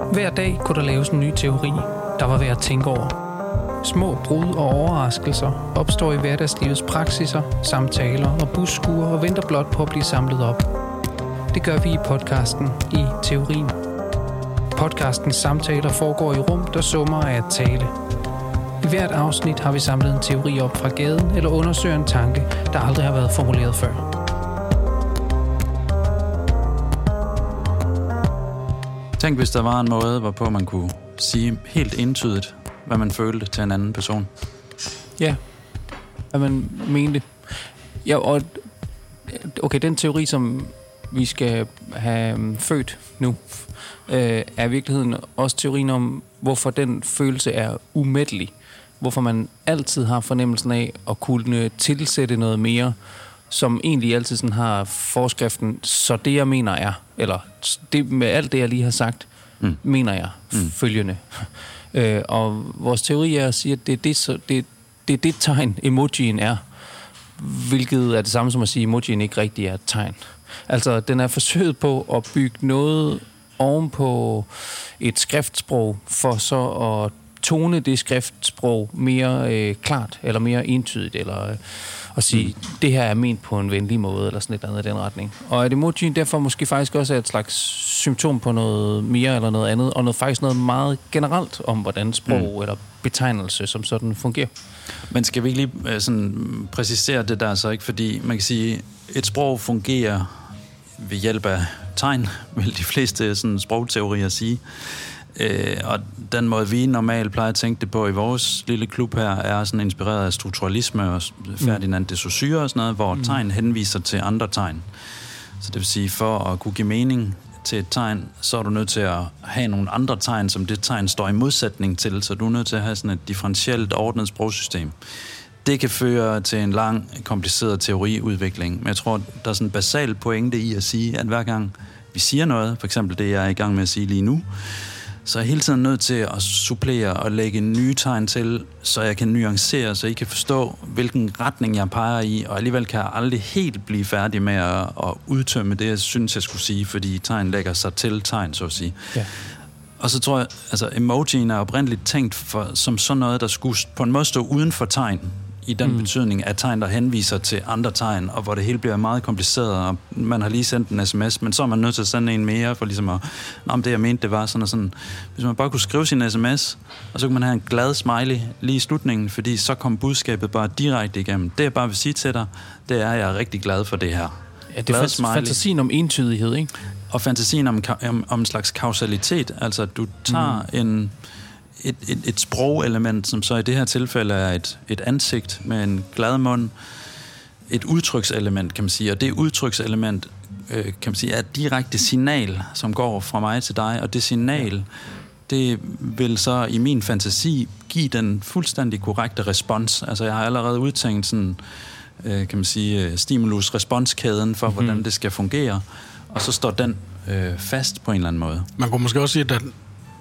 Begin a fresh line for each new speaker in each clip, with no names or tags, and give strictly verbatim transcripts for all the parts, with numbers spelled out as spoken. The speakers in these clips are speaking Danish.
Hver dag kunne der laves en ny teori, der var værd at tænke over. Små brud og overraskelser opstår i hverdagslivets praksiser, samtaler og busskuer og venter blot på at blive samlet op. Det gør vi i podcasten I Teorien. Podcastens samtaler foregår i rum, der summer af at tale. I hvert afsnit har vi samlet en teori op fra gaden eller undersøger en tanke, der aldrig har været formuleret før.
Tænk, hvis der var en måde, hvorpå man kunne sige helt entydigt, hvad man følte til en anden person.
Ja, hvad man mente. Ja, og okay, den teori, som vi skal have født nu, øh, er i virkeligheden også teorien om, hvorfor den følelse er umættelig. Hvorfor man altid har fornemmelsen af at kunne tilsætte noget mere, som egentlig altid sådan har forskriften, så det jeg mener er, eller det, med alt det jeg lige har sagt, mm. mener jeg mm. følgende. øh, og vores teori er at sige, at det er det, så, det, det er det tegn, emojien er, hvilket er det samme som at sige, at emojien ikke rigtig er et tegn. Altså, den er forsøget på at bygge noget ovenpå et skriftsprog, for så at tone det skriftsprog mere øh, klart, eller mere entydigt, eller øh, at sige, mm. det her er ment på en venlig måde, eller sådan et eller andet i den retning. Og at emojien derfor måske faktisk også er et slags symptom på noget mere eller noget andet, og noget, faktisk noget meget generelt om, hvordan sprog mm. eller betegnelse som sådan fungerer.
Men skal vi ikke lige sådan præcisere det der så ikke? Fordi man kan sige, et sprog fungerer ved hjælp af tegn, vil de fleste sådan sprogteorier sige. Øh, og den måde, vi normalt plejer at tænke det på i vores lille klub her, er sådan inspireret af strukturalisme og Ferdinand de Saussure og sådan noget, hvor mm. tegn henviser til andre tegn. Så det vil sige, for at kunne give mening til et tegn, så er du nødt til at have nogle andre tegn, som det tegn står i modsætning til, så du er nødt til at have sådan et differentielt ordnet sprogsystem. Det kan føre til en lang, kompliceret teoriudvikling, men jeg tror, der er sådan en basal pointe i at sige, at hver gang vi siger noget, for eksempel det, jeg er i gang med at sige lige nu, så er jeg hele tiden nødt til at supplere og lægge nye tegn til, så jeg kan nuancere, så I kan forstå, hvilken retning jeg peger i, og alligevel kan jeg aldrig helt blive færdig med at, at udtømme det, jeg synes, jeg skulle sige, fordi tegn lægger sig til tegn, så at sige. Ja. Og så tror jeg, altså emojien er oprindeligt tænkt for, som sådan noget, der skulle på en måde stå uden for tegn, i den mm. betydning af tegn, der henviser til andre tegn, og hvor det hele bliver meget kompliceret, og man har lige sendt en sms, men så er man nødt til at sende en mere, for ligesom at, om det jeg mente, det var sådan og sådan. Hvis man bare kunne skrive sin sms, og så kunne man have en glad smiley lige i slutningen, fordi så kom budskabet bare direkte igennem. Det jeg bare vil sige til dig, det er, at jeg er rigtig glad for det her.
Ja, det er fa- fantasien om entydighed, ikke?
Og fantasien om, om, om en slags kausalitet, altså at du tager mm. en Et, et, et sprogelement, som så i det her tilfælde er et, et ansigt med en glad mund, et udtrykselement, kan man sige, og det udtrykselement, øh, kan man sige, er et direkte signal, som går fra mig til dig, og det signal, det vil så i min fantasi give den fuldstændig korrekte respons. Altså jeg har allerede udtænkt sådan, øh, kan man sige, stimulus-responskæden for, mm-hmm. hvordan det skal fungere, og så står den øh, fast på en eller anden måde.
Man kunne måske også sige, at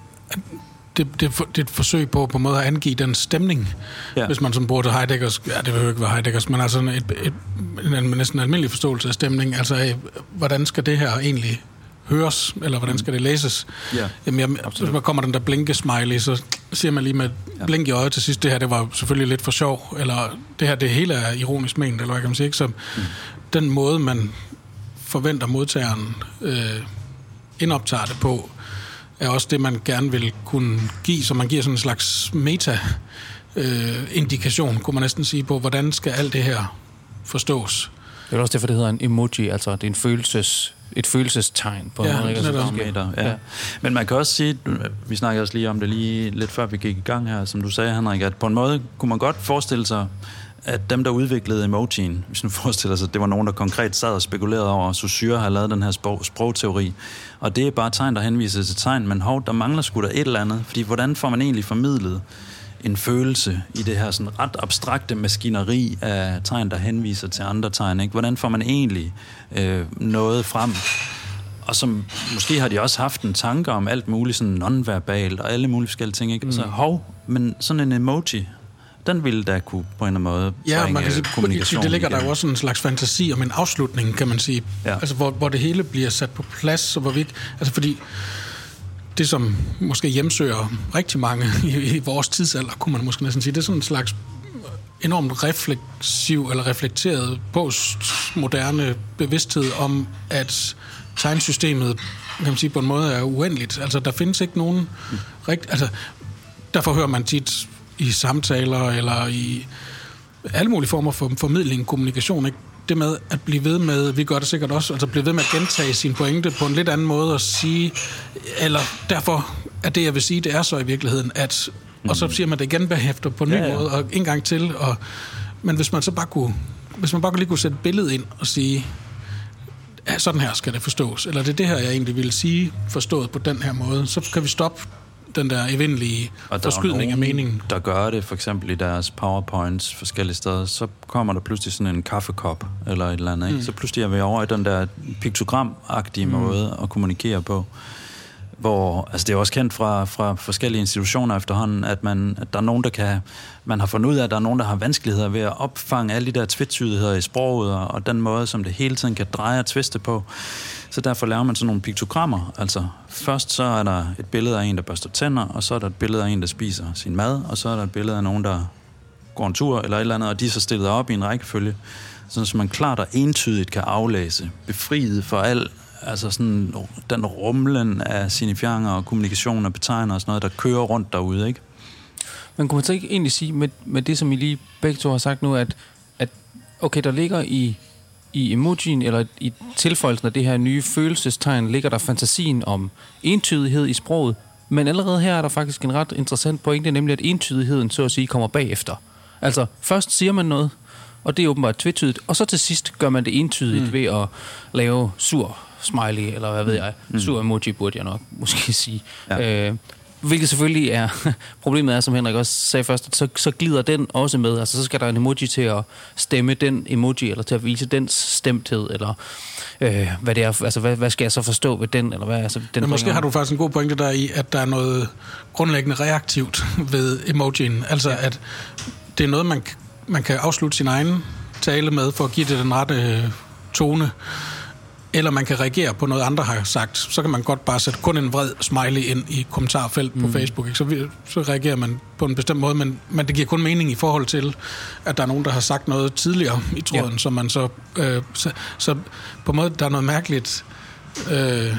Det, det, det er et forsøg på på en måde at angive den stemning, ja. Hvis man som bruger til Heideggers, ja, det behøver ikke være Heideggers, men altså et, et, en, næsten en almindelig forståelse af stemning, altså af, hvordan skal det her egentlig høres, eller hvordan skal det læses? Ja. Jamen, jeg, hvis man kommer den der blinke-smiley, så siger man lige med ja. blink i øjet til sidst, det her, det var selvfølgelig lidt for sjov, eller det her, det hele er ironisk ment, eller hvad kan man sige, ikke? Så mm. den måde, man forventer modtageren øh, indoptager det på, er også det, man gerne vil kunne give, så man giver sådan en slags meta-indikation, øh, kunne man næsten sige, på, hvordan skal alt det her forstås. Det
er også derfor, det hedder en emoji, altså det er en følelses, et følelsestegn på
ja,
en
måde. Ja. Ja. Men man kan også sige, vi snakkede også lige om det lige lidt før vi gik i gang her, som du sagde, Henrik, at på en måde kunne man godt forestille sig, at dem, der udviklede emojien, hvis nu forestiller sig, at det var nogen, der konkret sad og spekulerede over, at Saussure har lavet den her sprog, sprogteori, og det er bare tegn, der henviser til tegn, men hov, der mangler sgu da et eller andet, fordi hvordan får man egentlig formidlet en følelse i det her sådan ret abstrakte maskineri af tegn, der henviser til andre tegn, ikke? Hvordan får man egentlig øh, noget frem? Og som, måske har de også haft en tanke om alt muligt sådan nonverbalt og alle mulige forskellige ting, ikke? Mm. Så hov, men sådan en emoji, den ville da kunne på en eller anden måde
ja, man kan sige, kommunikation. Det ligger igen. Der jo også en slags fantasi om en afslutning, kan man sige. Ja. Altså, hvor, hvor det hele bliver sat på plads, og hvor vi ikke, altså fordi det, som måske hjemsøger rigtig mange i, i vores tidsalder, kunne man måske næsten sige, det er sådan en slags enormt refleksiv eller reflekteret postmoderne bevidsthed om, at tegnsystemet, kan man sige, på en måde er uendeligt. Altså, der findes ikke nogen mm. rigt... Altså, derfor hører man tit i samtaler eller i alle mulige former for formidling, kommunikation, ikke? Det med at blive ved med, vi gør det sikkert også, altså blive ved med at gentage sin pointe på en lidt anden måde og sige, eller derfor er det, jeg vil sige, det er så i virkeligheden, at, mm. og så siger man det igen bagefter på en ny ja, ja. måde, og en gang til, og, men hvis man så bare kunne, hvis man bare lige kunne sætte et billede ind og sige, ja, sådan her skal det forstås, eller det er det her, jeg egentlig ville sige, forstået på den her måde, så kan vi stoppe den der evindelige forskydning af meningen.
Der gør det, for eksempel i deres PowerPoints forskellige steder, så kommer der pludselig sådan en kaffekop eller et eller andet, ikke? Mm. Så pludselig er vi over i den der piktogram-agtige mm. måde at kommunikere på. Hvor, altså det er også kendt fra, fra forskellige institutioner efterhånden, at, man, at der er nogen, der kan, man har fundet ud af, at der er nogen, der har vanskeligheder ved at opfange alle de der tvetydigheder i sproget, og, og den måde, som det hele tiden kan dreje og tviste på. Så derfor laver man sådan nogle piktogrammer. Altså først så er der et billede af en, der børster tænder, og så er der et billede af en, der spiser sin mad, og så er der et billede af nogen, der går en tur eller et eller andet, og de er så stillet op i en rækkefølge, sådan så man klart og entydigt kan aflæse, befriet for al altså sådan den rumlen af signifianger og kommunikation og betegner og sådan noget, der kører rundt derude, ikke?
Men kunne man så ikke egentlig sige, med, med det, som I lige begge to har sagt nu, at, at okay, der ligger i, i emojien, eller i tilføjelsen af det her nye følelsestegn, ligger der fantasien om entydighed i sproget, men allerede her er der faktisk en ret interessant pointe, nemlig at entydigheden, så at sige, kommer bagefter. Altså, først siger man noget, og det er åbenbart tvetydigt, og så til sidst gør man det entydigt mm. ved at lave sur smiley, eller hvad ved jeg, mm. sur emoji burde jeg nok måske sige. Ja. Øh, hvilket selvfølgelig er, problemet er, som Henrik også sagde først, så, så glider den også med, altså så skal der en emoji til at stemme den emoji, eller til at vise dens stemthed, eller øh, hvad det er, altså hvad, hvad skal jeg så forstå ved den, eller hvad altså, den.
Men måske har du faktisk en god pointe der i, at der er noget grundlæggende reaktivt ved emojien, altså ja. At det er noget, man, man kan afslutte sin egen tale med, for at give det den rette tone, eller man kan reagere på noget, andre har sagt. Så kan man godt bare sætte kun en vred smiley ind i kommentarfelt på mm. Facebook. Ikke? Så, vi, så reagerer man på en bestemt måde, men, men det giver kun mening i forhold til, at der er nogen, der har sagt noget tidligere i tråden, ja. Som man så, øh, så... Så på en måde, der er noget mærkeligt... Øh,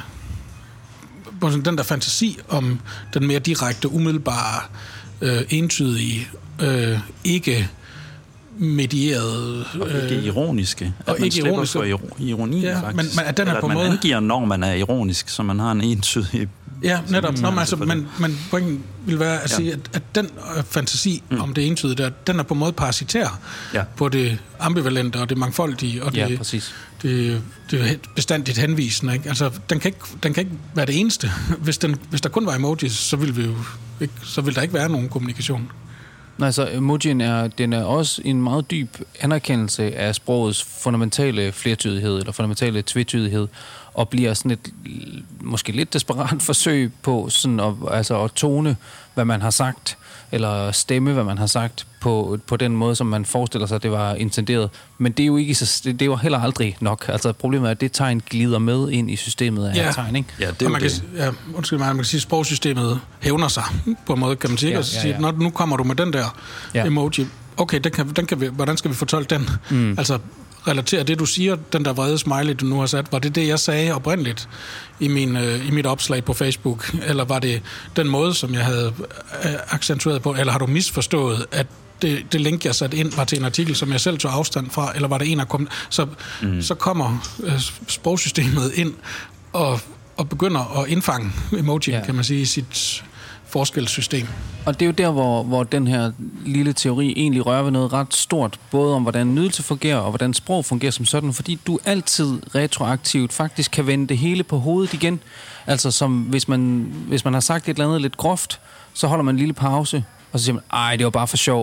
den der fantasi om den mere direkte, umiddelbare, øh, entydige, øh, ikke... medieret...
Og ikke øh, ironiske. At
og
man
ikke
slipper
ironiske.
for ironi,
ja,
faktisk.
Men, men at den er
Eller
på
at man
måde...
angiver, når man er ironisk, så man har en entydig...
Ja, netop. Nå, altså, men, men pointen vil være at ja. sige, at, at den øh, fantasi mm. om det entydige, der, den er på en måde parasitær ja. På det ambivalente og det mangfoldige og det,
ja, præcis.
det, det bestandigt henvisende. Ikke? Altså, den kan, ikke, den kan ikke være det eneste. Hvis, den, hvis der kun var emojis, så ville, vi jo ikke, så ville der ikke være nogen kommunikation.
Nej, så emojien er, den er også en meget dyb anerkendelse af sprogets fundamentale flertydighed, eller fundamentale tvetydighed, og bliver sådan et måske lidt desperat forsøg på sådan at, altså at tone, hvad man har sagt, eller stemme, hvad man har sagt, på, på den måde, som man forestiller sig, det var intenderet. Men det er jo ikke så, det er jo heller aldrig nok. Altså problemet er, at det tegn glider med ind i systemet af ja. Tegn, ikke?
Ja, det er
man
det.
Kan, ja, undskyld mig, man kan sige, at sprogsystemet hævner sig på en måde, kan man sige. Ja, ja, ja. Sige, når nu kommer du med den der ja. Emoji. Okay, den kan, den kan vi, hvordan skal vi fortolke den? Mm. Altså, relaterer det, du siger, den der vrede smiley, du nu har sat, var det det, jeg sagde oprindeligt i, min, øh, i mit opslag på Facebook? Eller var det den måde, som jeg havde øh, accentueret på? Eller har du misforstået, at det, det link, jeg satte ind, var til en artikel, som jeg selv tog afstand fra? Eller var det en, der kom... Så, mm. så kommer øh, sprogsystemet ind og, og begynder at indfange emoji, ja. Kan man sige, i sit forskelssystem. Og det er jo der, hvor, hvor den her lille teori egentlig rører ved noget ret stort, både om, hvordan nydelse fungerer, og hvordan sprog fungerer som sådan, fordi du altid retroaktivt faktisk kan vende det hele på hovedet igen. Altså, som hvis man, hvis man har sagt et eller andet lidt groft, så holder man en lille pause, og så siger man, ej, det var bare for sjov.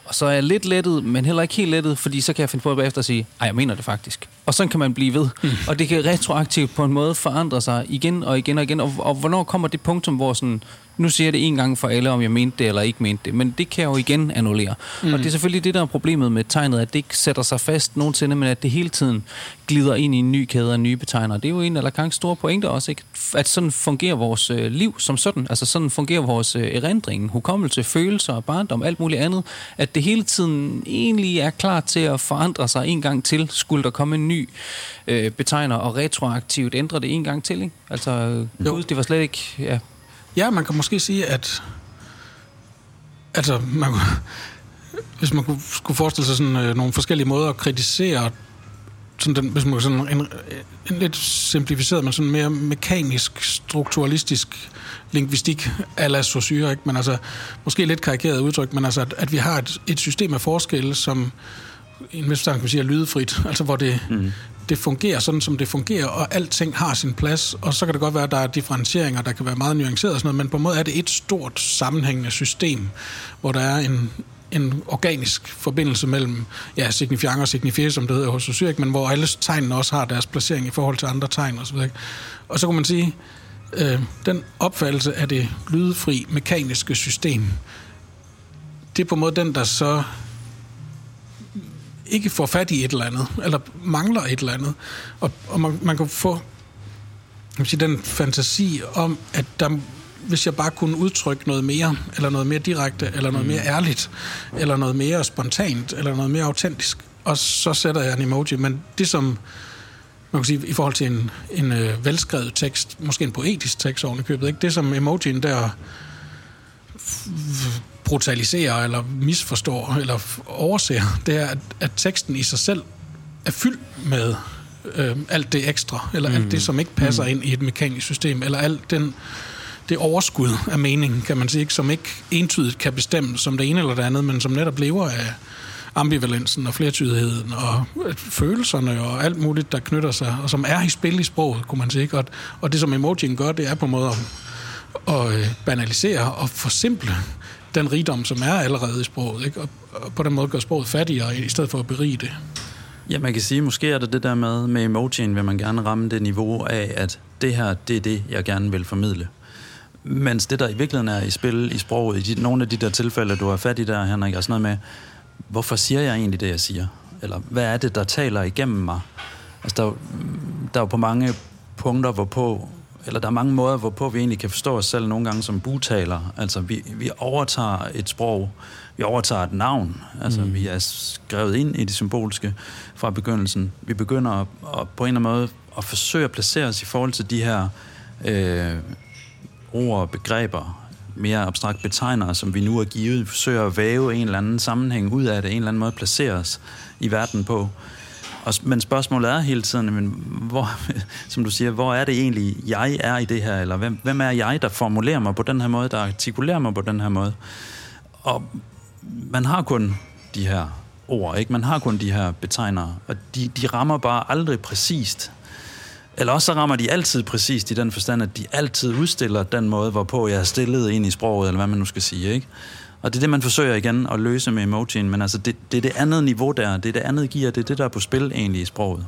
Og så er jeg lidt lettet, men heller ikke helt lettet, fordi så kan jeg finde på at bagefter at sige, ej, jeg mener det faktisk. Og sådan kan man blive ved. Mm. Og det kan retroaktivt på en måde forandre sig igen og igen og igen. Og, og hvornår kommer det punktum, hvor sådan, nu siger jeg det en gang for alle, om jeg mente det eller ikke mente det, men det kan jeg jo igen annullere. Mm. Og det er selvfølgelig det, der er problemet med tegnet, at det ikke sætter sig fast nogensinde, men at det hele tiden glider ind i en ny kæde af nye betegnere. Det er jo en af Lacans store pointer også, ikke? At sådan fungerer vores øh, liv som sådan. Altså sådan fungerer vores øh, erindring, hukommelse, følelser, barndom, alt muligt andet. At det hele tiden egentlig er klar til at forandre sig en gang til, skulle der komme en ny øh, betegner, og retroaktivt ændre det en gang til, ikke? Altså, jo. Det var slet ikke... Ja.
Ja, man kan måske sige, at altså, man, hvis man kunne, skulle forestille sig sådan, øh, nogle forskellige måder at kritisere, sådan den, hvis man sådan en, en lidt simplificeret, men sådan mere mekanisk, strukturalistisk lingvistik a la Saussure, ikke? Men altså, måske lidt karikeret udtryk, men altså, at, at vi har et, et system af forskelle, som i en vis forstand kan man sige er lydefrit, altså hvor det... Mm. det fungerer sådan, som det fungerer, og alting har sin plads, og så kan det godt være, at der er differentieringer, der kan være meget nuanceret og sådan noget, men på en måde er det et stort sammenhængende system, hvor der er en, en organisk forbindelse mellem ja, signifiant og signifié, som det hedder hos Saussure, men hvor alle tegnene også har deres placering i forhold til andre tegn og så videre. Og så kan man sige, øh, den opfattelse af det lydefri mekaniske system, det er på en måde den, der så ikke får fat i et eller andet, eller mangler et eller andet. Og, og man, man kan få kan sige, den fantasi om, at der, hvis jeg bare kunne udtrykke noget mere, eller noget mere direkte, eller noget mere ærligt, eller noget mere spontant, eller noget mere autentisk, og så sætter jeg en emoji. Men det som, man kan sige, i forhold til en, en øh, velskrevet tekst, måske en poetisk tekst oven i købet, ikke? Det som emojien der brutaliserer, eller misforstår, eller overser, det er, at, at teksten i sig selv er fyldt med øh, alt det ekstra, eller mm. alt det, som ikke passer mm. ind i et mekanisk system, eller alt den, det overskud af mening, kan man sige, som ikke entydigt kan bestemme som det ene eller det andet, men som netop lever af ambivalensen og flertydigheden og følelserne og alt muligt, der knytter sig, og som er i spil i sproget, kunne man sige. Og, og det, som emojien gør, det er på en måde at, at banalisere og forsimple den rigdom, som er allerede i sproget, ikke? Og, og på den måde gør sproget fattigere, i stedet for at berige det.
Ja, man kan sige, måske er det det der med, med emojien, vil man gerne ramme det niveau af, at det her, det er det, jeg gerne vil formidle. Mens det, der i virkeligheden er i spil i sproget, i de, nogle af de der tilfælde, du har fat i der, Henrik, og sådan noget med, hvorfor siger jeg egentlig det, jeg siger? Eller hvad er det, der taler igennem mig? Altså, der, der er jo på mange punkter, hvorpå, eller der er mange måder, hvorpå vi egentlig kan forstå os selv nogle gange som butaler. Altså, vi, vi overtager et sprog, vi overtager et navn, altså mm. vi er skrevet ind i det symbolske fra begyndelsen. Vi begynder at, at på en eller anden måde at forsøge at placere os i forhold til de her øh, ord og begreber, mere abstrakt betegnere, som vi nu er givet. Vi forsøger at væve en eller anden sammenhæng ud af det, en eller anden måde placere os i verden på. Og, men spørgsmålet er hele tiden, men hvor, som du siger, hvor er det egentlig, jeg er i det her? Eller hvem, hvem er jeg, der formulerer mig på den her måde, der artikulerer mig på den her måde? Og man har kun de her ord, ikke? Man har kun de her betegnere, og de, de rammer bare aldrig præcist. Eller også så rammer de altid præcist i den forstand, at de altid udstiller den måde, hvorpå jeg er stillet ind i sproget, eller hvad man nu skal sige, ikke? Og det er det, man forsøger igen at løse med emojien, men altså det, det er det andet niveau der, det er det andet gear, det er det, der er på spil egentlig i sproget.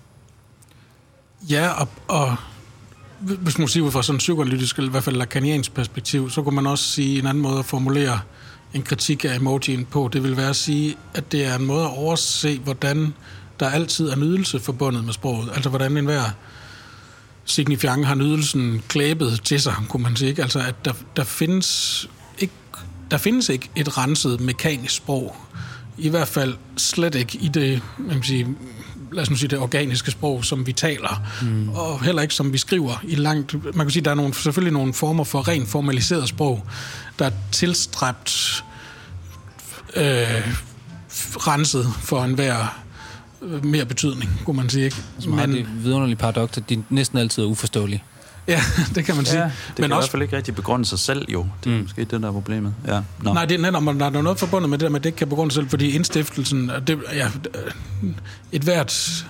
Ja, og, og hvis man siger ud fra sådan en psykoanalytisk, eller i hvert fald lacaniansk perspektiv, så kunne man også sige en anden måde at formulere en kritik af emojien på. Det vil være at sige, at det er en måde at overse, hvordan der altid er nydelse forbundet med sproget. Altså hvordan enhver signifiant har nydelsen klæbet til sig, kunne man sige. Ikke? Altså at der, der findes ikke der findes ikke et renset mekanisk sprog. I hvert fald slet ikke i det, man kan sige, lad os nu sige, det organiske sprog, som vi taler, mm. og heller ikke som vi skriver i langt. Man kan sige, der er nogle, selvfølgelig nogle former for rent formaliseret sprog, der er tilstræbt øh, renset for enhver øh, mere betydning, kunne man sige, ikke?
Som har det vidunderlige paradoks, at de næsten altid er uforståelige.
Ja, det kan man sige.
Ja, det men kan også, i hvert fald ikke rigtig begrunde sig selv, jo. Det er mm. måske det, der er problemet. Ja. No.
Nej, det er netop, der er noget forbundet med det der med, at det ikke kan begrunde sig selv, fordi indstiftelsen, det, ja, et hvert,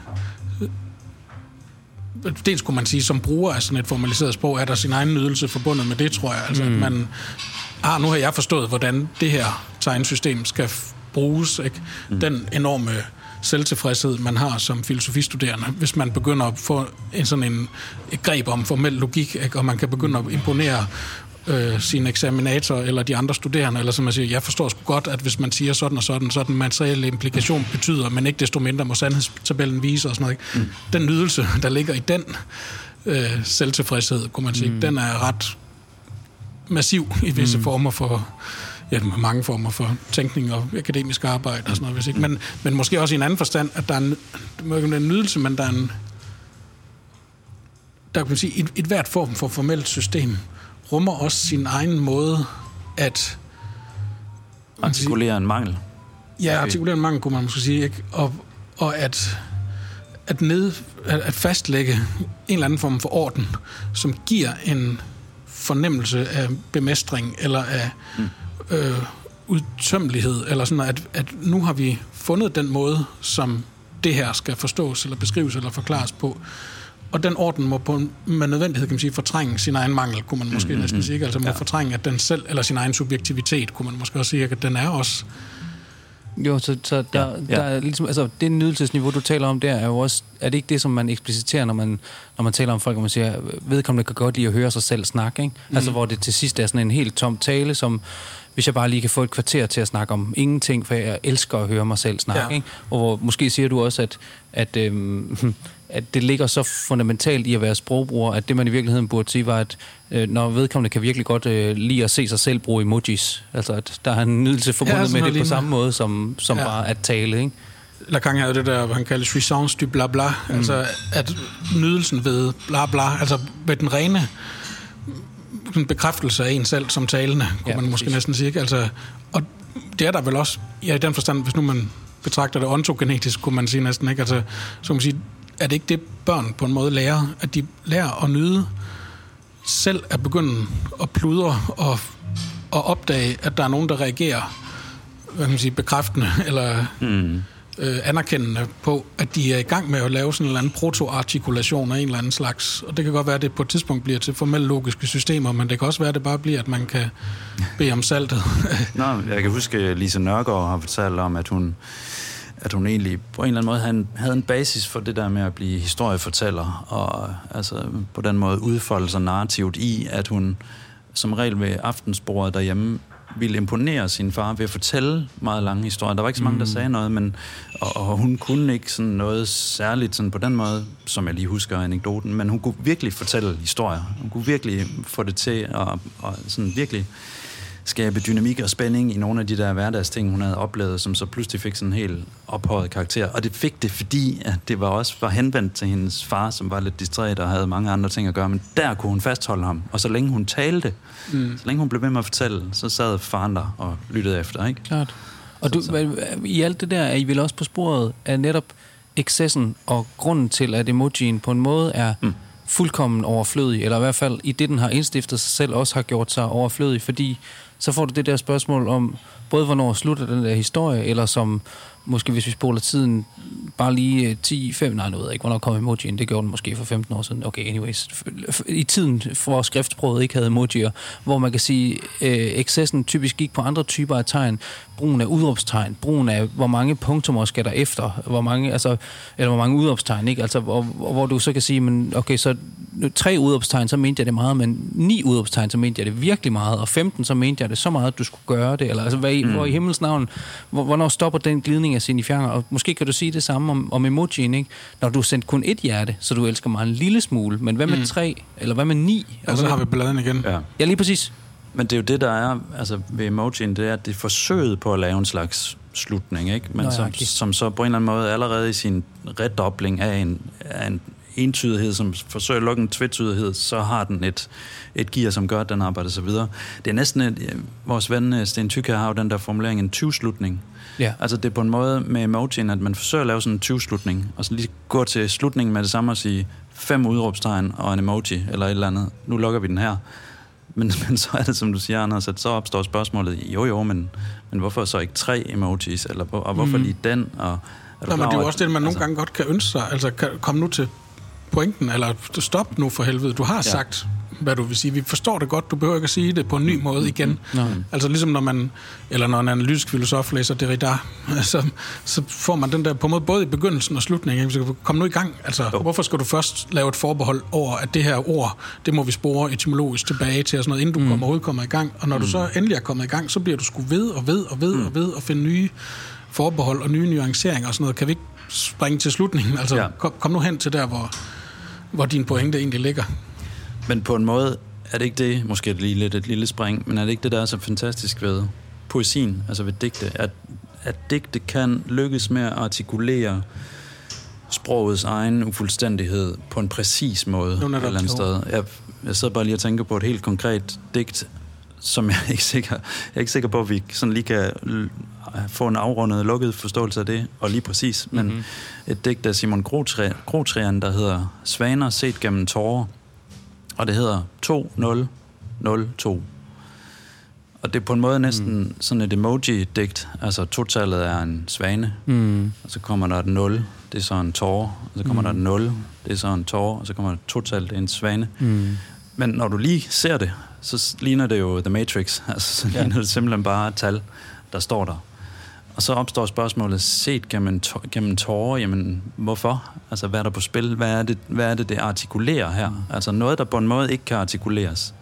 dels kunne man sige, som bruger af sådan et formaliseret sprog, er der sin egen nydelse forbundet med det, tror jeg. Altså, mm. at man, ah, nu har jeg forstået, hvordan det her tegnsystem skal bruges, ikke? Mm. Den enorme selvtilfredshed, man har som filosofistuderende, hvis man begynder at få en sådan en, et greb om formel logik, ikke? Og man kan begynde at imponere øh, sine eksaminatorer eller de andre studerende, eller som man siger, jeg forstår sgu godt, at hvis man siger sådan og sådan, så den materielle implikation betyder, men ikke desto mindre må sandhedstabellen vise og sådan noget. Ikke? Mm. Den nydelse, der ligger i den øh, selvtilfredshed, kunne man sige, mm. den er ret massiv i visse mm. former for ja, mange former for tænkning og akademisk arbejde og sådan noget, hvis ikke. Men, men måske også i en anden forstand, at der er en, en nydelse, men der er en der kan man sige, et, et hvert form for formelt system rummer også sin egen måde at
artikulere en mangel.
Ja, artikulere en mangel, kunne man måske sige, ikke? Og, og at at, ned, at, at fastlægge en eller anden form for orden, som giver en fornemmelse af bemestring eller af mm. øh, udtømmelighed, eller sådan, at, at nu har vi fundet den måde, som det her skal forstås, eller beskrives, eller forklares på. Og den orden må på med nødvendighed, kan man sige, fortrænge sin egen mangel, kunne man måske mm-hmm. næsten sige. Altså må ja. fortrænge, at den selv, eller sin egen subjektivitet, kunne man måske også sige, at den er også.
Jo, så, så der, ja, ja. der er ligesom, altså det nydelsesniveau, du taler om der, er jo også, er det ikke det, som man ekspliciterer, når man, når man taler om folk, og man siger, vedkommende kan godt lide at høre sig selv snakke, ikke? Mm. Altså hvor det til sidst er sådan en helt tom tale, som hvis jeg bare lige kan få et kvarter til at snakke om ingenting, for jeg elsker at høre mig selv snakke, ja. Ikke? Og hvor, måske siger du også, at, at, øhm, at det ligger så fundamentalt i at være sprogbruger, at det man i virkeligheden burde sige var, at øh, når vedkommende kan virkelig godt øh, lide at se sig selv bruge emojis, altså at der er en nydelse forbundet ja, med det lignende. På samme måde, som, som ja. bare at tale, ikke?
Lacan havde det der, han kalder jouissance du bla bla, mm. altså at nydelsen ved bla bla, altså ved den rene en bekræftelse af en selv som talende, kunne ja, man måske præcis. næsten sige, ikke? Altså, og det er der vel også, ja, i den forstand, hvis nu man betragter det ontogenetisk, kunne man sige næsten, ikke? Altså, så kan man sige, er det ikke det, børn på en måde lærer, at de lærer at nyde selv at begynde at pludre og, og opdage, at der er nogen, der reagerer, hvad kan man sige, bekræftende eller mm. øh, anerkendende på, at de er i gang med at lave sådan en eller anden proto-artikulation af en eller anden slags. Og det kan godt være, at det på et tidspunkt bliver til formelle logiske systemer, men det kan også være, at det bare bliver, at man kan bede om saltet.
Nå, jeg kan huske, at Lise Nørgaard har fortalt om, at hun at hun egentlig på en eller anden måde havde en, havde en basis for det der med at blive historiefortæller, og altså på den måde udfolde sig narrativt i, at hun som regel ved aftensbordet derhjemme ville imponere sin far ved at fortælle meget lange historier. Der var ikke så mange, der sagde noget, men og, og hun kunne ikke sådan noget særligt sådan på den måde, som jeg lige husker anekdoten, men hun kunne virkelig fortælle historier. Hun kunne virkelig få det til at og sådan virkelig skabe dynamik og spænding i nogle af de der hverdagsting, hun havde oplevet, som så pludselig fik sådan en helt ophøjet karakter. Og det fik det, fordi at det var også var henvendt til hendes far, som var lidt distræt og havde mange andre ting at gøre, men der kunne hun fastholde ham. Og så længe hun talte, mm. så længe hun blev ved med at fortælle, så sad faren der og lyttede efter, ikke?
Klart. Og du, så. I alt det der er I vel også på sporet af netop excessen og grunden til, at emojien på en måde er mm. fuldkommen overflødig, eller i hvert fald i det, den har indstiftet sig selv, også har gjort sig overflødig, fordi så får du det der spørgsmål om, både hvornår slutter den der historie, eller som, måske hvis vi spoler tiden, bare lige ti, fem, nej, nu ved jeg ikke, hvornår kom emojien, det gjorde den måske for femten år siden, okay, anyways, i tiden, hvor skriftsproget ikke havde emojier, hvor man kan sige, øh, excessen typisk gik på andre typer af tegn, brugen af udråbstegn, brugen af, hvor mange punktummer skal der efter, hvor mange, altså, eller hvor mange udråbstegn, ikke, altså, hvor, hvor du så kan sige, men okay, så tre udråbstegn, så mente jeg det meget, men ni udråbstegn, så mente jeg det virkelig meget, og femten, så mente jeg det så meget, at du skulle gøre det, eller altså, hvad i, mm. hvor i himmels navn, hvor, hvornår stopper den glidning af sine fjerner, og måske kan du sige det samme om, om emojien, ikke? Når du har sendt kun et hjerte, så du elsker mig en lille smule, men hvad med mm. tre, eller hvad med ni?
Og så har vi balladen igen.
Ja.
ja, lige præcis.
Men det er jo det, der er altså ved emojien, det er, at det er forsøget på at lave en slags slutning, ikke? Men Nå, ja, som, okay. som så på en eller anden måde allerede i sin redobling af en, af en entydighed, som forsøger at lukke en tvetydighed, så har den et, et gear, som gør, at den arbejder sig videre. Det er næsten, et, vores ven Sten Thykier har jo den der formulering, en tyve-slutning. Ja. Altså det er på en måde med emojien, at man forsøger at lave sådan en tyve-slutning, og så lige gå til slutningen med det samme og sige fem udråbstegn og en emoji, eller et eller andet. Nu lukker vi den her. Men, men så er det, som du siger, Anders, at så opstår spørgsmålet, jo jo, men, men hvorfor så ikke tre emojis, eller, og hvorfor mm. lige den? Og,
Nå, men det er jo også det, man altså, nogle gange godt kan ønske sig. Altså, kan, kom nu til pointen, eller stop nu for helvede. Du har ja. sagt hvad du vil sige. Vi forstår det godt, du behøver ikke at sige det på en ny måde igen. Nej. Altså ligesom når man, eller når en analytisk filosof læser Derrida, så, så får man den der på en måde både i begyndelsen og slutningen. Kom nu i gang. Altså, jo. Hvorfor skal du først lave et forbehold over, at det her ord, det må vi spore etymologisk tilbage til, og sådan noget, inden du mm. kommer ud, kommer i gang. Og når mm. du så endelig er kommet i gang, så bliver du sgu ved og ved og ved mm. og ved og finde nye forbehold og nye nuanceringer og sådan noget. Kan vi ikke springe til slutningen? Altså, ja. kom, kom nu hen til der, hvor, hvor din pointe egentlig ligger.
Men på en måde er det ikke det, måske lige lidt et lille spring, men er det ikke det, der er så fantastisk ved poesien, altså ved digte, at, at digte kan lykkes med at artikulere sprogets egen ufuldstændighed på en præcis måde et eller andet sted. Jeg, jeg sidder bare lige og tænker på et helt konkret digt, som jeg er ikke sikker, jeg er ikke sikker på, at vi sådan lige kan få en afrundet, lukket forståelse af det, og lige præcis, men mm-hmm. et digt af Simon Grotrian, der hedder Svaner set gennem tårer, og det hedder to nul nul to. Og det er på en måde næsten mm. sådan et emoji-digt, altså totallet er en svane, mm. og så kommer der et nul, det er så en tårer, og så kommer mm. der et nul, det er så en tårer, og så kommer der totalt, det er en svane. Mm. Men når du lige ser det, så ligner det jo The Matrix, altså så ligner ja. det simpelthen bare et tal, der står der. Og så opstår spørgsmålet, set gennem, tå- gennem tårer, jamen hvorfor? Altså hvad er der på spil? Hvad er det, hvad er det, det artikulerer her? Mm. Altså noget, der på en måde ikke kan artikuleres.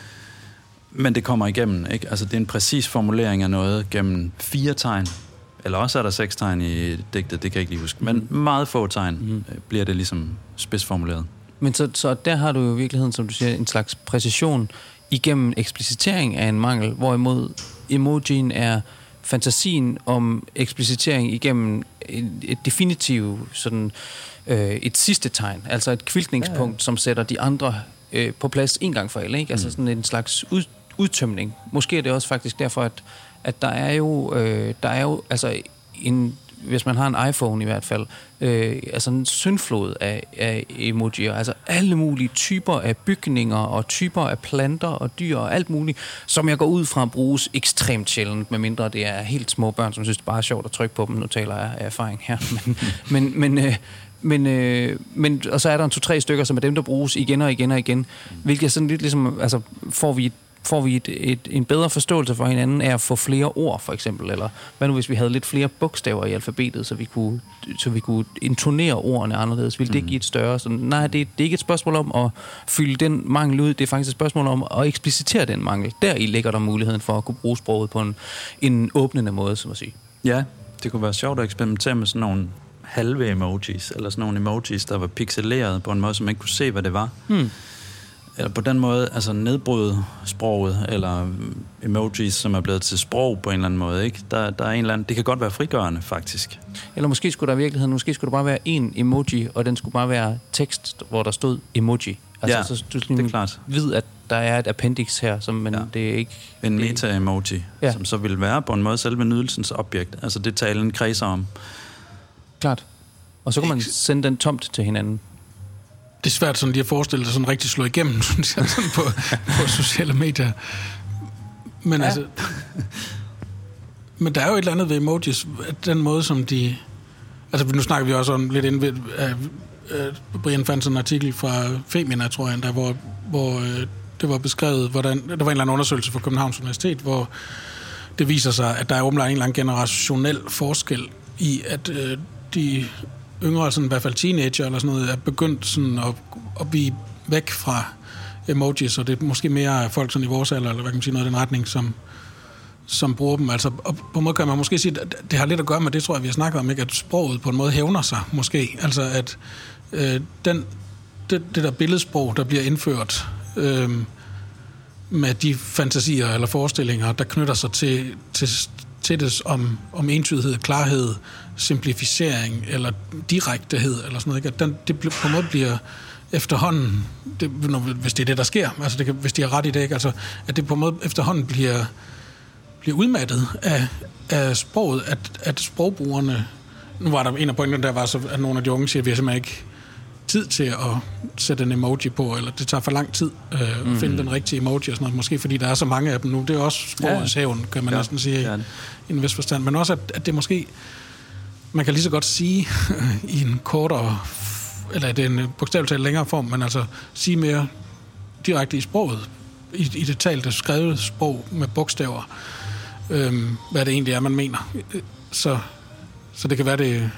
Men det kommer igennem, ikke? Altså det er en præcis formulering af noget gennem fire tegn. Eller også er der seks tegn i digtet, det kan jeg ikke lige huske. Men meget få tegn mm. bliver det ligesom spidsformuleret. Men
så, så der har du jo i virkeligheden, som du siger, en slags præcision igennem eksplicitering af en mangel, hvorimod emojien er fantasien om eksplicitering igennem et, et definitivt sådan øh, et sidste tegn, altså et kviltningspunkt, ja, ja. som sætter de andre øh, på plads en gang for alle, ikke? Altså mm. sådan en slags ud, udtømning. Måske er det også faktisk derfor, at, at der er jo øh, der er jo altså en, hvis man har en iPhone i hvert fald, øh, altså en syndflod af, af emojier, altså alle mulige typer af bygninger og typer af planter og dyr og alt muligt, som jeg går ud fra at bruges ekstremt sjældent, medmindre det er helt små børn, som synes, det bare er sjovt at trykke på dem. Nu taler jeg af erfaring her. Men, men, men, øh, men, øh, men, og så er der en to-tre stykker, som er dem, der bruges igen og igen og igen, hvilket sådan lidt ligesom, altså får vi et får vi et, et, en bedre forståelse for hinanden af at få flere ord, for eksempel, eller hvad nu hvis vi havde lidt flere bogstaver i alfabetet, så vi kunne, så vi kunne intonere ordene anderledes. Ville det give et større sådan, nej, det, det er ikke et spørgsmål om at fylde den mangel ud, det er faktisk et spørgsmål om at eksplicitere den mangel. Deri ligger der muligheden for at kunne bruge sproget på en, en åbnende måde, som at sige.
Ja, det kunne være sjovt at eksperimentere med sådan nogle halve emojis, eller sådan nogle emojis, der var pixeleret på en måde, som man ikke kunne se, hvad det var. Hmm. Eller på den måde, altså nedbryde sproget, eller emojis, som er blevet til sprog på en eller anden måde, ikke? Der, der er en eller anden, det kan godt være frigørende, faktisk.
Eller måske skulle der i virkeligheden, måske skulle der bare være en emoji, og den skulle bare være tekst, hvor der stod emoji. Altså,
ja,
så du
det er klart.
Ved, at der er et appendix her, som, men ja. det er ikke...
En meta-emoji, ja. som så vil være på en måde selve nydelsens objekt. Altså det talen kredser om.
Klart. Og så kan man sende den tomt til hinanden.
Det er svært sådan lige at forestille sig sådan rigtig slå igennem, synes jeg, sådan på, på sociale medier. Men ja. altså... Men der er jo et eller andet ved emojis, den måde, som de... Altså, nu snakker vi også om lidt inden ved... Uh, Brian fandt sådan en artikel fra Femina, tror jeg, der, hvor, hvor uh, det var beskrevet, hvordan... Der var en eller anden undersøgelse fra Københavns Universitet, hvor det viser sig, at der er åbenbart en eller anden generationel forskel i, at uh, de... yngre, sådan i hvert fald teenager eller sådan noget, er begyndt sådan at, at blive væk fra emojis, og det er måske mere folk sådan i vores alder, eller hvad kan man sige, noget i den retning, som, som bruger dem. Altså, og på en måde kan man måske sige, at det har lidt at gøre med det, tror jeg, vi har snakket om, ikke? At sproget på en måde hævner sig, måske. Altså, at øh, den, det, det der billedsprog, der bliver indført øh, med de fantasier eller forestillinger, der knytter sig til, til til det om, om entydighed, klarhed, simplificering eller direktehed eller sådan noget, ikke? At den, det på en måde bliver efterhånden, det, hvis det er det, der sker, altså det kan, hvis de har ret i det, ikke? Altså, at det på en måde efterhånden bliver, bliver udmattet af, af sproget, at, at sprogbrugerne, nu var der en af pointerne, der var så, at nogle af de unge siger, at vi har simpelthen ikke tid til at sætte en emoji på, eller det tager for lang tid øh, mm. at finde den rigtige emoji og sådan noget. Måske fordi der er så mange af dem nu. Det er også sprogets ja. hævn, kan man ja. næsten sige, ja. i en vis forstand. Men også, at, at det måske, man kan lige så godt sige i en kortere, eller det er en bogstaveligt talt længere form, men altså sige mere direkte i sproget, i, i det talte, skrevet sprog med bogstaver, øhm, hvad det egentlig er, man mener. Så, så det kan være, det,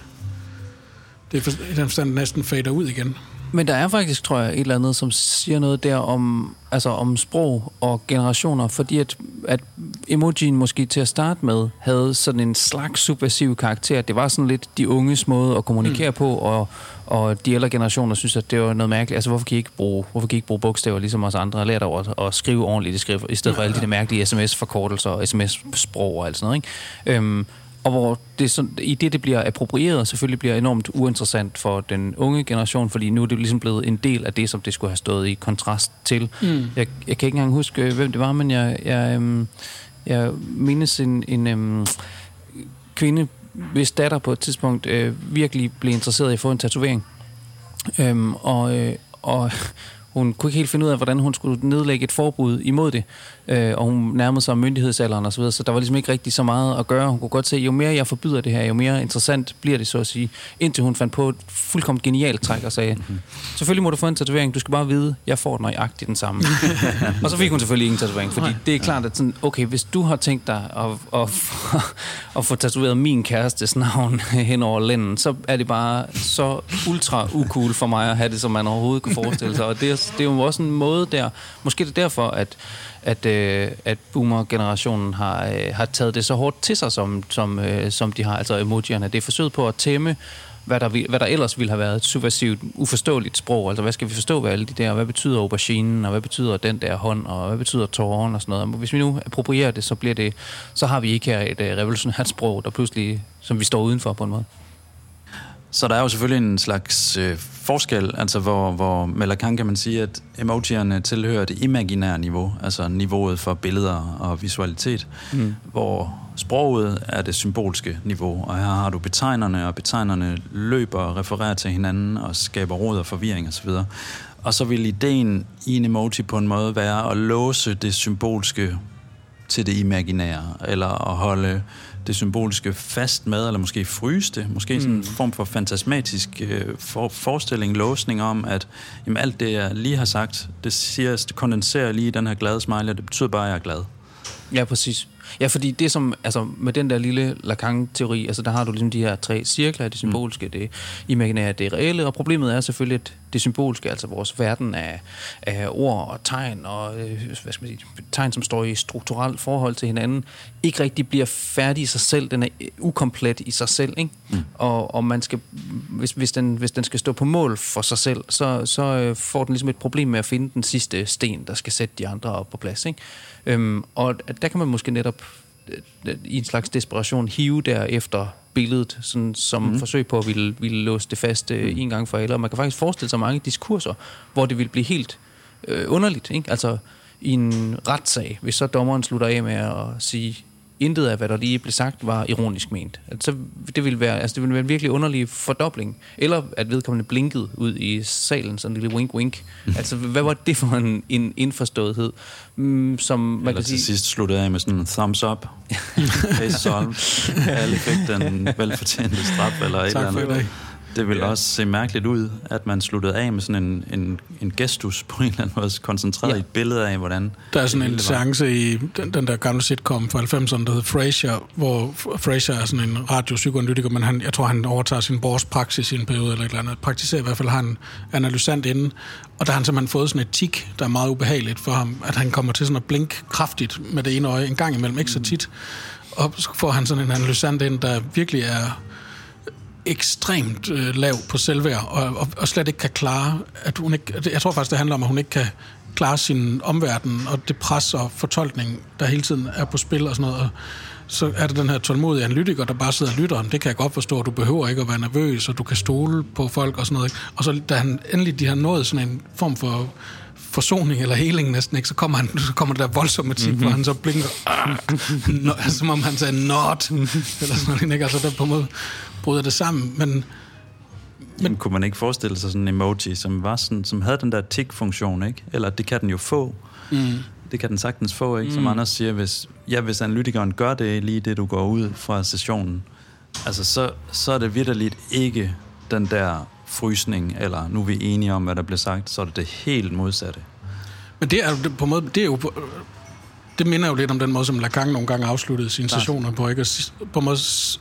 det er i den forstand næsten fader ud igen.
Men der er faktisk, tror jeg, et eller andet, som siger noget der om, altså om sprog og generationer, fordi at, at emojien måske til at starte med havde sådan en slags subversiv karakter. Det var sådan lidt de unges måde at kommunikere mm. på, og, og de ældre generationer synes, at det var noget mærkeligt. Altså, hvorfor kan I ikke bruge, hvorfor kan I ikke bruge bogstaver, ligesom os andre, og lære dig at, at skrive ordentligt i skrift, i stedet for alle de der mærkelige sms-forkortelser og sms-sprog og alt sådan noget, ikke? Øhm, og hvor det sådan, i det, det bliver approprieret, selvfølgelig bliver enormt uinteressant for den unge generation, fordi nu er det ligesom blevet en del af det, som det skulle have stået i kontrast til. Mm. Jeg, jeg kan ikke engang huske, hvem det var, men jeg, jeg, øhm, jeg mindes en, en øhm, kvinde, hvis datter på et tidspunkt øh, virkelig blev interesseret i at få en tatovering. Øhm, og, øh, og hun kunne ikke helt finde ud af, hvordan hun skulle nedlægge et forbud imod det, øh, og hun nærmede sig myndighedsalderen og så videre, så der var ligesom ikke rigtig så meget at gøre. Hun kunne godt se, jo mere jeg forbyder det her, jo mere interessant bliver det, så at sige, indtil hun fandt på et fuldkommen genialt træk og sagde, mm-hmm. selvfølgelig må du få en tatovering, du skal bare vide, jeg får nøjagtigt den samme. Og så fik hun selvfølgelig ingen tatovering, fordi det er klart, at sådan, okay, hvis du har tænkt dig at, at, at få tatoveret min kærestes navn hen over lænden, så er det bare så ultra ucool for mig at have det, som man overhovedet kunne forestille sig, og det er, det er jo også en måde der, måske det er derfor, at at, øh, at boomer-generationen har, øh, har taget det så hårdt til sig, som, som, øh, som de har, altså emojierne. Det er forsøget på at tæmme, hvad der, hvad der ellers ville have været et subversivt, uforståeligt sprog. Altså, hvad skal vi forstå ved alle de der? Hvad betyder auberginen, og hvad betyder den der hånd, og hvad betyder tåren og sådan noget? Hvis vi nu approprierer det, så bliver det, så har vi ikke her et uh, revolutionært sprog, der pludselig, som vi står udenfor på en måde.
Så der er jo selvfølgelig en slags øh, forskel, altså hvor, hvor med Lacan kan man sige, at emojierne tilhører det imaginære niveau, altså niveauet for billeder og visualitet, mm. hvor sproget er det symbolske niveau, og her har du betegnerne, og betegnerne løber og refererer til hinanden og skaber rod og forvirring osv. Og så vil ideen i en emoji på en måde være at låse det symbolske til det imaginære, eller at holde det symbolske fast med, eller måske fryse det, måske mm. sådan en form for fantasmatisk øh, for, forestilling, låsning om, at jamen, alt det, jeg lige har sagt, det, siger, det kondenserer lige i den her glade smiley, det betyder bare, at jeg er glad.
Ja, præcis. Ja, fordi det som, altså med den der lille Lacan-teori, altså der har du ligesom de her tre cirkler, det symbolske, mm. det imaginære, det reelle, og problemet er selvfølgelig, at det symbolske, altså vores verden af, af ord og tegn, og hvad skal man sige, tegn, som står i strukturelt forhold til hinanden, ikke rigtig bliver færdig i sig selv, den er ukomplet i sig selv, ikke? Mm. Og, og man skal, hvis, hvis, den, hvis den skal stå på mål for sig selv, så, så får den ligesom et problem med at finde den sidste sten, der skal sætte de andre op på plads, ikke? Øhm, og der kan man måske netop i en slags desperation hive der efter billedet, sådan, som mm. forsøg på at ville, ville låse det fast øh, en gang for alle. Og man kan faktisk forestille sig mange diskurser, hvor det vil blive helt øh, underligt, ikke? Altså i en retssag, hvis så dommeren slutter af med at sige, intet af, hvad der lige blev sagt, var ironisk ment. Altså, det ville være, altså, det ville være en virkelig underlig fordobling. Eller at vedkommende blinkede ud i salen, sådan en lille wink-wink. Mm. Altså, hvad var det for en, en indforståethed, mm, som man
eller
kan sige...
til sidst sluttede af med sådan en thumbs up. Case solved. Alle fik den velfortjente straf, eller et eller andet. Det ville ja. også se mærkeligt ud, at man sluttede af med sådan en, en, en gestus på en eller anden måde, koncentreret ja. i et billede af, hvordan...
Der er sådan en seance i den, den der gamle sitcom fra halvfemserne, der hedder Frasier, hvor Frasier er sådan en radiopsykoanalytiker, men han, jeg tror, han overtager sin borgspraksis i en periode eller et eller andet. Praktiserer i hvert fald, har en analysant inden, og der har han simpelthen fået sådan et tik, der er meget ubehageligt for ham, at han kommer til sådan at blinke kraftigt med det ene øje, en gang imellem, ikke så tit. Og så får han sådan en analysant ind, der virkelig er... ekstremt øh, lav på selvværd, og, og, og slet ikke kan klare, at hun ikke, jeg tror faktisk, det handler om, at hun ikke kan klare sin omverden, og det pres og fortolkning, der hele tiden er på spil og sådan noget, og så er det den her tålmodige analytiker, der bare sidder og lytter, det kan jeg godt forstå, du behøver ikke at være nervøs, og du kan stole på folk og sådan noget, ikke? Og så da han endelig, de har nået sådan en form for forsoning eller heling næsten, ikke? Så kommer han, så kommer der voldsomme tip, mm-hmm. hvor han så blinker, no, som om han sagde not, eller sådan noget, ikke? Altså der på en måde bryder det sammen, men...
men kunne man ikke forestille sig sådan en emoji, som var sådan, som havde den der tick-funktion, ikke? Eller det kan den jo få. Mm. Det kan den sagtens få, ikke? Som mm. Anders siger, hvis, ja, hvis analytikeren gør det lige det, du går ud fra sessionen, altså så, så er det vitterligt ikke den der frysning, eller nu er vi enige om, hvad der bliver sagt, så er det det helt modsatte.
Men det er jo på en måde, det er jo det minder jo lidt om den måde, som Lacan nogle gange afsluttede sine sessioner på, ikke? På en måde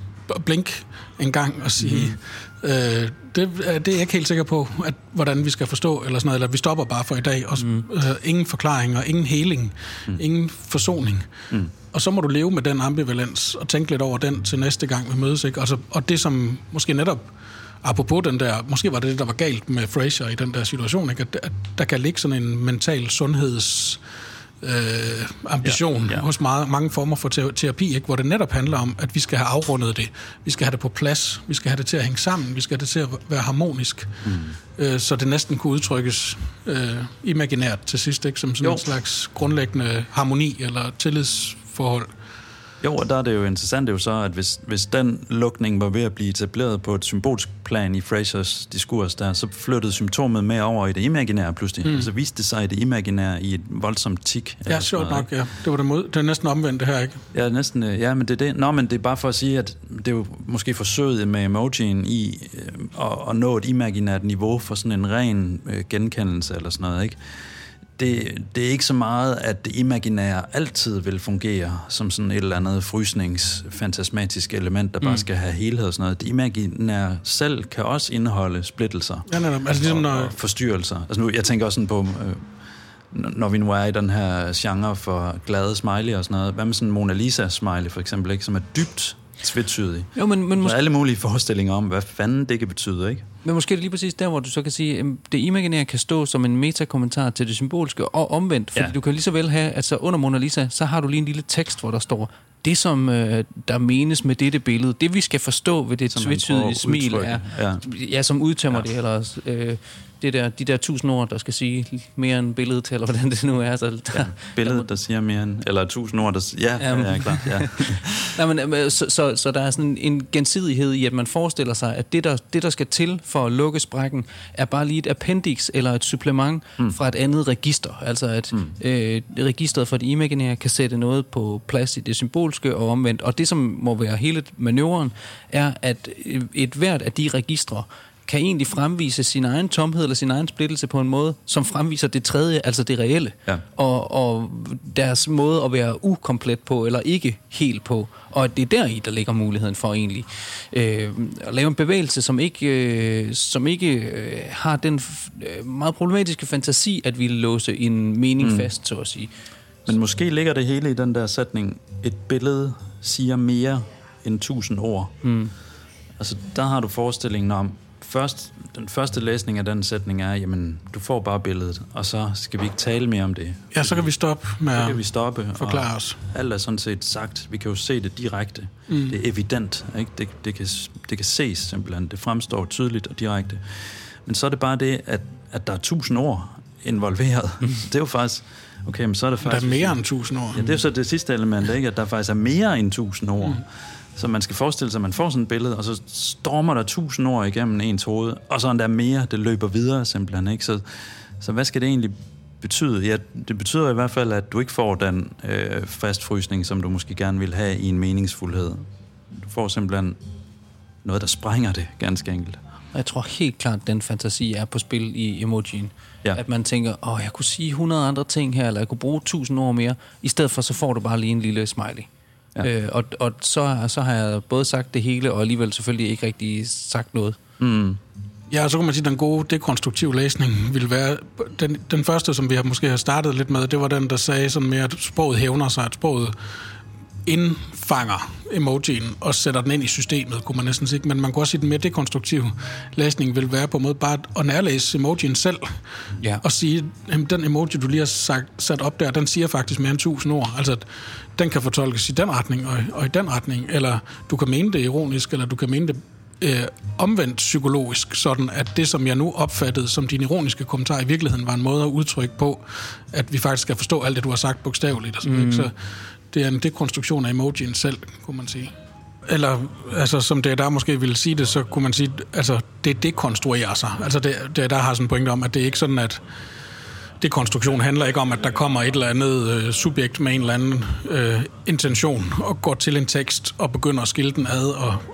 blink en gang og sige, mm. øh, det, det er jeg ikke helt sikker på, at, hvordan vi skal forstå, eller sådan noget, eller vi stopper bare for i dag. Også, mm. øh, ingen forklaringer, ingen heling, mm. ingen forsoning. Mm. Og så må du leve med den ambivalens, og tænke lidt over den til næste gang vi mødes, ikke? Og, så, og det som måske netop, apropos den der, måske var det det, der var galt med Fraser i den der situation, ikke? At, at der kan ligge sådan en mental sundheds Øh, ambition ja, ja. hos meget, mange former for terapi, ikke? Hvor det netop handler om, at vi skal have afrundet det. Vi skal have det på plads. Vi skal have det til at hænge sammen. Vi skal have det til at være harmonisk. Mm. Øh, så det næsten kunne udtrykkes øh, imaginært til sidst, ikke? Som sådan jo. en slags grundlæggende harmoni eller tillidsforhold.
Jo, og der er det jo interessant det er jo så, at hvis, hvis den lukning var ved at blive etableret på et symbolsk plan i Frasers diskurs der, så flyttede symptomet med over i det imaginære pludselig. Mm. Altså viste det sig i det imaginære i et voldsomt tik.
Ja, sjovt nok, ja. Det var det mod. Det er næsten omvendt det her, ikke?
Ja, næsten. Ja, men det er det. Nå, men det er bare for at sige, at det er jo måske forsøget med emojien i øh, at, at nå et imaginært niveau for sådan en ren øh, genkendelse eller sådan noget, ikke? Det, det er ikke så meget, at det imaginære altid vil fungere som sådan et eller andet frysningsfantasmatisk element, der bare mm. skal have helhed og sådan noget. Det imaginære selv kan også indeholde splittelser
ja, nej, nej. Altså, ligesom, når...
og forstyrrelser. Altså nu, jeg tænker også sådan på, øh, når vi nu er i den her genre for glade smiley og sådan noget. Hvad med sådan en Mona Lisa-smiley for eksempel, ikke, som er dybt tvetydig. Jo, men, men måske... alle mulige forestillinger om, hvad fanden det kan betyde, ikke?
Men måske er det lige præcis der, hvor du så kan sige, at det imaginære kan stå som en metakommentar til det symbolske, og omvendt, fordi ja. du kan lige så vel have, at så under Mona Lisa, så har du lige en lille tekst, hvor der står, det som øh, der menes med dette billede, det vi skal forstå ved det tvetydige smil er, ja. ja, som udtømmer ja. det, eller øh, det der, de der tusind ord, der skal sige mere end billedet, eller hvordan det nu er. Så der,
ja, billedet, der siger mere end, eller tusind ord, der ja, ja, ja, klart, ja.
Nej, men, så, så, så der er sådan en gensidighed i, at man forestiller sig, at det der, det, der skal til for at lukke sprækken, er bare lige et appendix eller et supplement mm. fra et andet register. Altså at mm. øh, registret for det imaginære kan sætte noget på plads i det symbolske og omvendt. Og det, som må være hele manøvren, er, at et hvert af de registre kan egentlig fremvise sin egen tomhed eller sin egen splittelse på en måde, som fremviser det tredje, altså det reelle. Ja. Og, og deres måde at være ukomplet på, eller ikke helt på. Og det er deri, der ligger muligheden for egentlig øh, at lave en bevægelse, som ikke, øh, som ikke øh, har den øh, meget problematiske fantasi, at vi låse en mening mm. fast, så at sige.
Men måske ligger det hele i den der sætning, et billede siger mere end tusind ord. Mm. Altså, der har du forestillingen om, Først, den første læsning af den sætning er, jamen, du får bare billedet, og så skal vi ikke tale mere om det.
Ja, så kan vi stoppe med
så kan vi stoppe,
at forklare os.
Alt er sådan set sagt. Vi kan jo se det direkte. Mm. Det er evident, ikke? Det, det, kan, det kan ses simpelthen. Det fremstår tydeligt og direkte. Men så er det bare det, at, at der er tusind ord involveret. Mm. Det er jo faktisk... Okay, men så er det faktisk...
Der er mere end tusind ord.
Ja, det er så det sidste element, ikke? At der faktisk er mere end tusind ord. Mm. Så man skal forestille sig, at man får sådan et billede, og så stormer der tusind ord igennem ens hoved, og så er der mere, det løber videre simpelthen, ikke? Så, så hvad skal det egentlig betyde? Ja, det betyder i hvert fald, at du ikke får den øh, fastfrysning, som du måske gerne vil have i en meningsfuldhed. Du får simpelthen noget, der sprænger det, ganske enkelt.
Jeg tror helt klart, at den fantasi er på spil i emojien. Ja. At man tænker, åh, jeg kunne sige hundrede andre ting her, eller jeg kunne bruge tusind ord mere. I stedet for, så får du bare lige en lille smiley. Ja. Øh, og og så, så har jeg både sagt det hele, og alligevel selvfølgelig ikke rigtig sagt noget. Mm.
Ja, så kan man sige, at den gode dekonstruktive læsning ville være... Den, den første, som vi har måske har startet lidt med, det var den, der sagde sådan mere, at sproget hævner sig, at sproget indfanger emojien og sætter den ind i systemet, kunne man næsten sige. Men man kunne også sige, at den mere dekonstruktive læsning vil være på en måde bare at nærlæse emojien selv. Ja. Og sige, at den emoji, du lige har sagt, sat op der, den siger faktisk mere end tusind ord. Altså, den kan fortolkes i den retning og, og i den retning. Eller du kan mene det ironisk, eller du kan mene det øh, omvendt psykologisk, sådan at det, som jeg nu opfattede som din ironiske kommentar, i virkeligheden var en måde at udtrykke på, at vi faktisk skal forstå alt det, du har sagt bogstaveligt. Og sådan, mm. ikke? Så det er en dekonstruktion af emojien selv, kunne man sige. Eller, altså, som det der måske ville sige det, så kunne man sige, altså, det dekonstruerer sig. Altså, det, det der har sådan en pointe om, at det er ikke sådan, at dekonstruktion handler ikke om, at der kommer et eller andet øh, subjekt med en eller anden øh, intention og går til en tekst og begynder at skille den ad og, og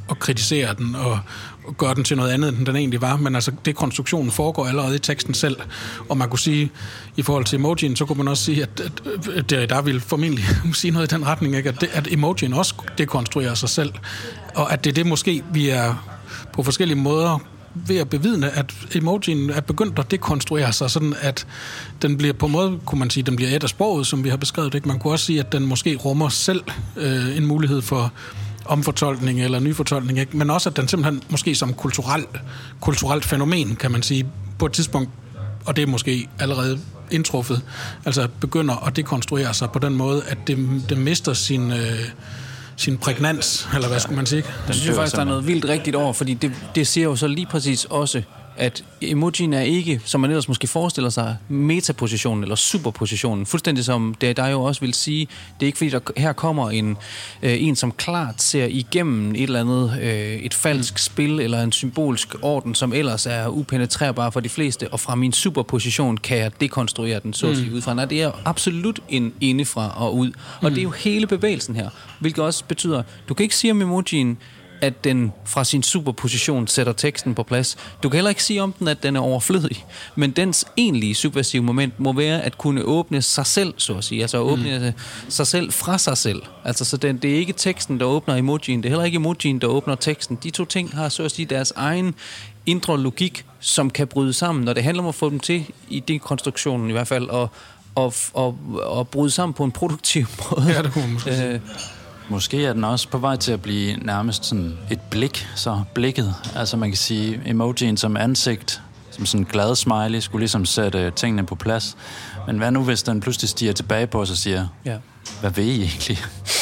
at kritisere den og, og gøre den til noget andet, end den egentlig var. Men altså, dekonstruktionen foregår allerede i teksten selv. Og man kunne sige, i forhold til emojien, så kunne man også sige, at, at, at der vil formentlig sige noget i den retning, ikke? At, det, at emojien også dekonstruerer sig selv. Og at det er det måske, vi er på forskellige måder ved at bevidne, at emojien er begyndt at dekonstruere sig, sådan at den bliver på en måde, kunne man sige, den bliver et af sproget, som vi har beskrevet. Ikke? Man kunne også sige, at den måske rummer selv øh, en mulighed for omfortolkning eller nyfortolkning, ikke? Men også, at den simpelthen måske som kulturel, kulturelt fænomen, kan man sige, på et tidspunkt, og det er måske allerede indtruffet, altså begynder at dekonstruere sig på den måde, at det, det mister sin... Øh, sin prægnans, eller hvad skulle man sige?
Jeg synes faktisk, der er noget vildt rigtigt over, fordi det, det siger jo så lige præcis også, at emojien er ikke, som man ellers måske forestiller sig, metapositionen eller superpositionen. Fuldstændig som det der jo også vil sige, det er ikke fordi, der her kommer en, øh, en som klart ser igennem et eller andet, øh, et falsk spil eller en symbolsk orden, som ellers er upenetrerbar for de fleste, og fra min superposition kan jeg dekonstruere den, så at sige, ud fra. Nej, det er absolut en indefra og ud. Og det er jo hele bevægelsen her, hvilket også betyder, du kan ikke sige om emojien, at den fra sin superposition sætter teksten på plads. Du kan heller ikke sige om den, at den er overflødig. Men dens egentlige subversive moment må være at kunne åbne sig selv, så at sige. Altså åbne mm. sig selv fra sig selv. Altså, så den, det er ikke teksten, der åbner emojien. Det er heller ikke emojien, der åbner teksten. De to ting har, så at sige, deres egen indre logik, som kan bryde sammen. Og det handler om at få dem til, i dekonstruktionen i hvert fald, og, og, og, og bryde sammen på en produktiv måde.
Ja, det kunne man måske sige. Øh,
Måske er den også på vej til at blive nærmest sådan et blik, så blikket. Altså man kan sige, emojien som ansigt, som sådan en glad smiley, skulle ligesom sætte tingene på plads. Men hvad nu, hvis den pludselig stiger tilbage på os og siger, ja. Hvad vil I egentlig?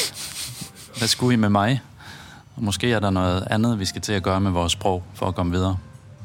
Hvad skulle I med mig? Og måske er der noget andet, vi skal til at gøre med vores sprog, for at komme videre.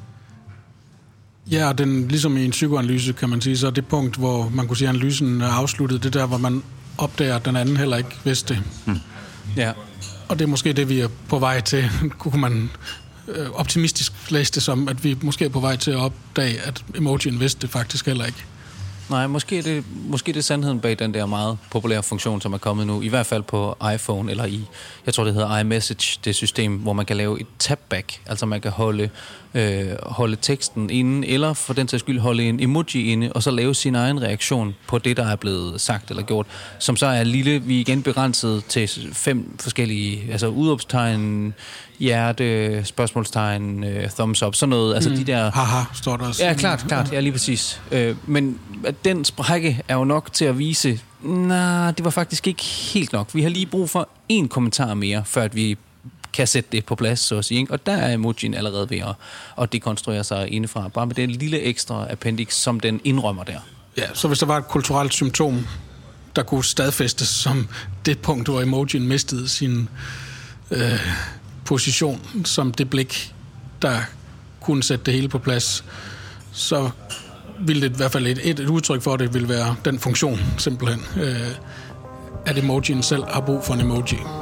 Ja, og den, ligesom i en psykoanalyse, kan man sige, så er det punkt, hvor man kunne sige, at analysen er afsluttet, det der, hvor man opdager, at den anden heller ikke vidste det. Hmm.
Ja.
Og det er måske det, vi er på vej til. Kunne man øh, optimistisk læse det som, at vi måske er på vej til at opdage, at emojien vidste det faktisk heller ikke.
Nej, måske er det, måske er det sandheden bag den der meget populære funktion, som er kommet nu, i hvert fald på iPhone, eller i, jeg tror det hedder iMessage, det system, hvor man kan lave et tapback, altså man kan holde, øh, holde teksten inde, eller for den sags skyld holde en emoji inde, og så lave sin egen reaktion på det, der er blevet sagt eller gjort, som så er lille, vi er igen begrænset til fem forskellige, altså udråbstegn, hjerte, spørgsmålstegn, øh, thumbs up, sådan noget, altså mm. de der...
Haha, står der også.
Ja, klart, klart, ja, lige præcis. Øh, men den sprække er jo nok til at vise, nej, det var faktisk ikke helt nok. Vi har lige brug for en kommentar mere, før at vi kan sætte det på plads, så at sige, ikke? Og der er emojien allerede ved at, at dekonstruere sig indefra, bare med det lille ekstra appendix, som den indrømmer der.
Ja, så hvis der var et kulturelt symptom, der kunne stadfæstes som det punkt, hvor emojien mistede sin øh, position, som det blik, der kunne sætte det hele på plads, så ville det i hvert fald et, et, et udtryk for, at det ville være den funktion, simpelthen, øh, at emojien selv har brug for en emoji.